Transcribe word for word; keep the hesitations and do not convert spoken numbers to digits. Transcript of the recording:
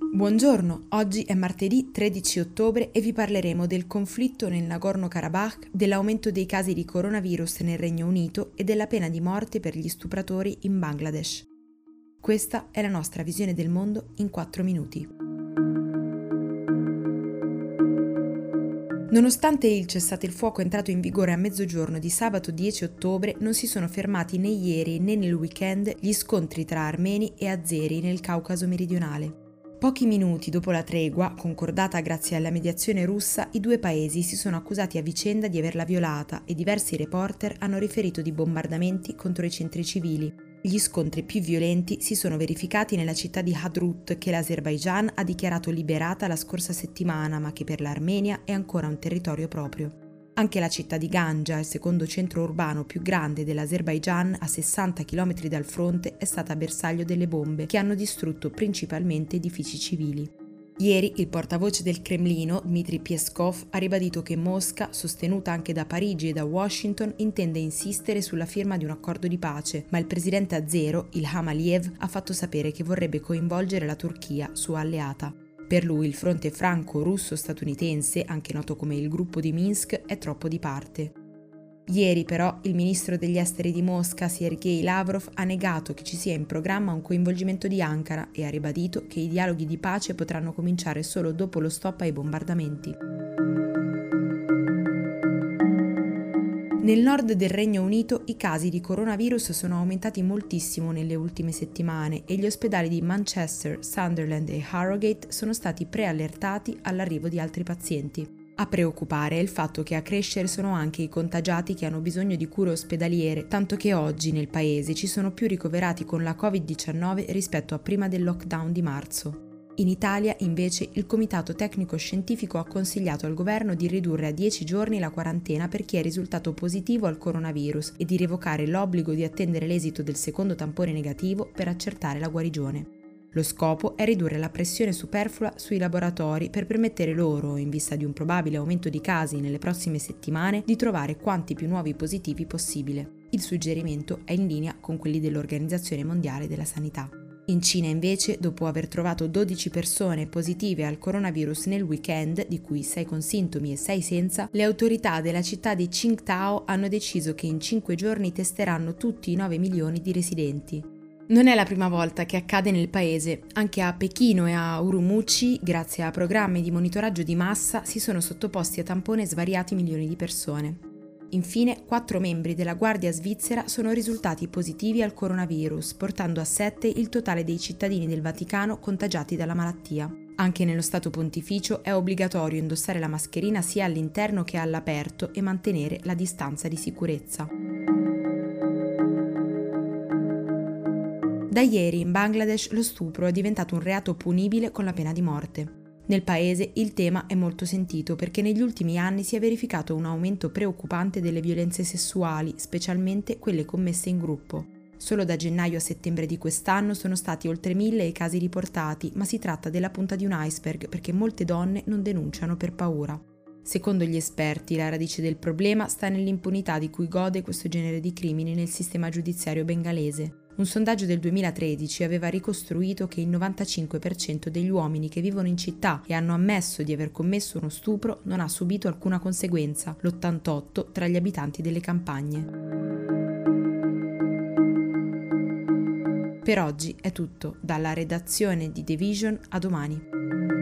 Buongiorno, oggi è martedì tredici ottobre e vi parleremo del conflitto nel Nagorno-Karabakh, dell'aumento dei casi di coronavirus nel Regno Unito e della pena di morte per gli stupratori in Bangladesh. Questa è la nostra visione del mondo in quattro minuti. Nonostante il cessate il fuoco entrato in vigore a mezzogiorno di sabato dieci ottobre, non si sono fermati né ieri né nel weekend gli scontri tra armeni e azeri nel Caucaso meridionale. Pochi minuti dopo la tregua, concordata grazie alla mediazione russa, i due paesi si sono accusati a vicenda di averla violata e diversi reporter hanno riferito di bombardamenti contro i centri civili. Gli scontri più violenti si sono verificati nella città di Hadrut, che l'Azerbaigian ha dichiarato liberata la scorsa settimana, ma che per l'Armenia è ancora un territorio proprio. Anche la città di Ganja, il secondo centro urbano più grande dell'Azerbaigian, a sessanta chilometri dal fronte, è stata bersaglio delle bombe, che hanno distrutto principalmente edifici civili. Ieri il portavoce del Cremlino, Dmitry Peskov, ha ribadito che Mosca, sostenuta anche da Parigi e da Washington, intende insistere sulla firma di un accordo di pace, ma il presidente azero, Ilham Aliyev, ha fatto sapere che vorrebbe coinvolgere la Turchia, sua alleata. Per lui il fronte franco-russo-statunitense, anche noto come il gruppo di Minsk, è troppo di parte. Ieri però il ministro degli esteri di Mosca, Sergei Lavrov, ha negato che ci sia in programma un coinvolgimento di Ankara e ha ribadito che i dialoghi di pace potranno cominciare solo dopo lo stop ai bombardamenti. Nel nord del Regno Unito i casi di coronavirus sono aumentati moltissimo nelle ultime settimane e gli ospedali di Manchester, Sunderland e Harrogate sono stati preallertati all'arrivo di altri pazienti. A preoccupare è il fatto che a crescere sono anche i contagiati che hanno bisogno di cure ospedaliere, tanto che oggi nel paese ci sono più ricoverati con la covid diciannove rispetto a prima del lockdown di marzo. In Italia, invece, il Comitato Tecnico Scientifico ha consigliato al governo di ridurre a dieci giorni la quarantena per chi è risultato positivo al coronavirus e di revocare l'obbligo di attendere l'esito del secondo tampone negativo per accertare la guarigione. Lo scopo è ridurre la pressione superflua sui laboratori per permettere loro, in vista di un probabile aumento di casi nelle prossime settimane, di trovare quanti più nuovi positivi possibile. Il suggerimento è in linea con quelli dell'Organizzazione Mondiale della Sanità. In Cina invece, dopo aver trovato dodici persone positive al coronavirus nel weekend, di cui sei con sintomi e sei senza, le autorità della città di Qingdao hanno deciso che in cinque giorni testeranno tutti i nove milioni di residenti. Non è la prima volta che accade nel paese. Anche a Pechino e a Urumqi, grazie a programmi di monitoraggio di massa, si sono sottoposti a tampone svariati milioni di persone. Infine, quattro membri della Guardia svizzera sono risultati positivi al coronavirus, portando a sette il totale dei cittadini del Vaticano contagiati dalla malattia. Anche nello Stato Pontificio è obbligatorio indossare la mascherina sia all'interno che all'aperto e mantenere la distanza di sicurezza. Da ieri in Bangladesh lo stupro è diventato un reato punibile con la pena di morte. Nel paese il tema è molto sentito perché negli ultimi anni si è verificato un aumento preoccupante delle violenze sessuali, specialmente quelle commesse in gruppo. Solo da gennaio a settembre di quest'anno sono stati oltre mille i casi riportati, ma si tratta della punta di un iceberg perché molte donne non denunciano per paura. Secondo gli esperti, la radice del problema sta nell'impunità di cui gode questo genere di crimini nel sistema giudiziario bengalese. Un sondaggio del duemilatredici aveva ricostruito che il novantacinque per cento degli uomini che vivono in città e hanno ammesso di aver commesso uno stupro non ha subito alcuna conseguenza, l'ottantotto per cento tra gli abitanti delle campagne. Per oggi è tutto, dalla redazione di The Vision a domani.